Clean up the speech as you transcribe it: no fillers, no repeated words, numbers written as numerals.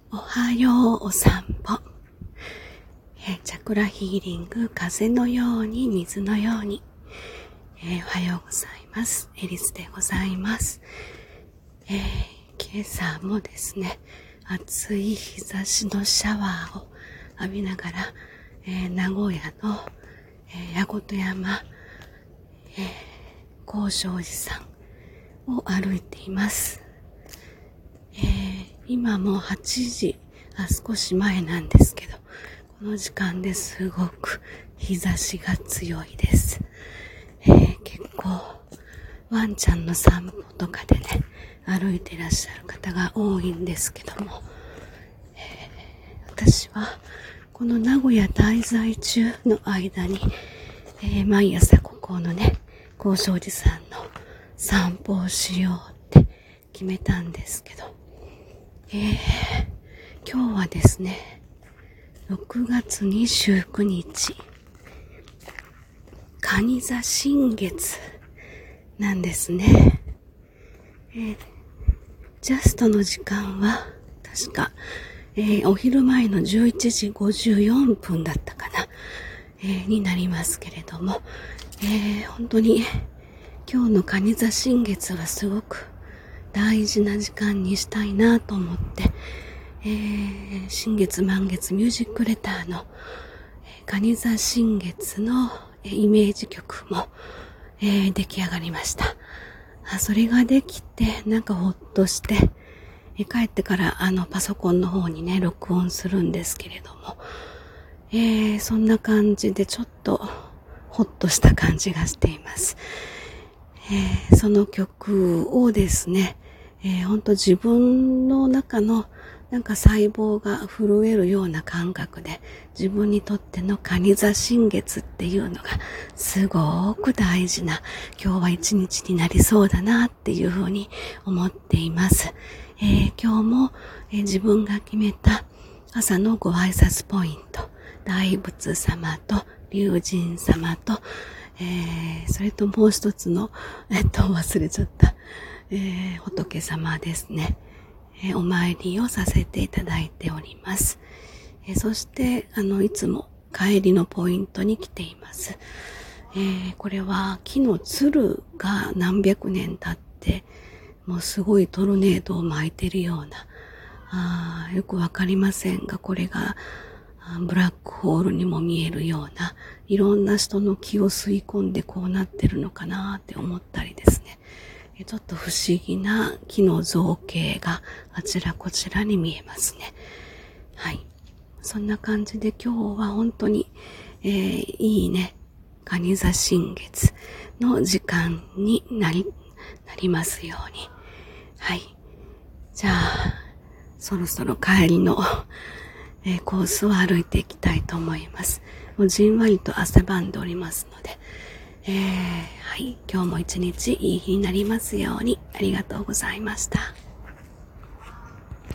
おはようお散歩、チャクラヒーリング、風のように水のように、おはようございます。エリスでございます。今朝もですね、暑い日差しのシャワーを浴びながら、名古屋の、八事山、高尚寺さんを歩いています。今も8時、少し前なんですけど、この時間ですごく日差しが強いです。結構ワンちゃんの散歩とかでね、歩いていらっしゃる方が多いんですけども、私はこの名古屋滞在中の間に、毎朝ここのね、高尚寺さんの散歩をしようって決めたんですけど、今日はですね、6月29日、蟹座新月なんですね。ジャストの時間は確か、お昼前の11時54分だったかな、になりますけれども、本当に今日の蟹座新月はすごく大事な時間にしたいなと思って、新月満月ミュージックレターの、蟹座新月のイメージ曲も、出来上がりました。それができてなんかほっとして、帰ってからパソコンの方にね録音するんですけれども、そんな感じでちょっとほっとした感じがしています。その曲をですね、本当自分の中のなんか細胞が震えるような感覚で、自分にとっての蟹座新月っていうのがすごく大事な今日は一日になりそうだなっていうふうに思っています。今日も、自分が決めた朝のご挨拶ポイント、大仏様と龍神様と、それともう一つの、忘れちゃった、仏様ですね。お参りをさせていただいております。そしていつも帰りのポイントに来ています。これは木のつるが何百年経ってもうすごいトルネードを巻いてるような、よくわかりませんが、これがブラックホールにも見えるような、いろんな人の気を吸い込んでこうなってるのかなって思ったりですね、ちょっと不思議な木の造形があちらこちらに見えますね。はい。そんな感じで今日は本当に、いいね、蟹座新月の時間になりますように。はい。じゃあ、そろそろ帰りの、コースを歩いていきたいと思います。もうじんわりと汗ばんでおりますので、はい、今日も一日いい日になりますように。ありがとうございました。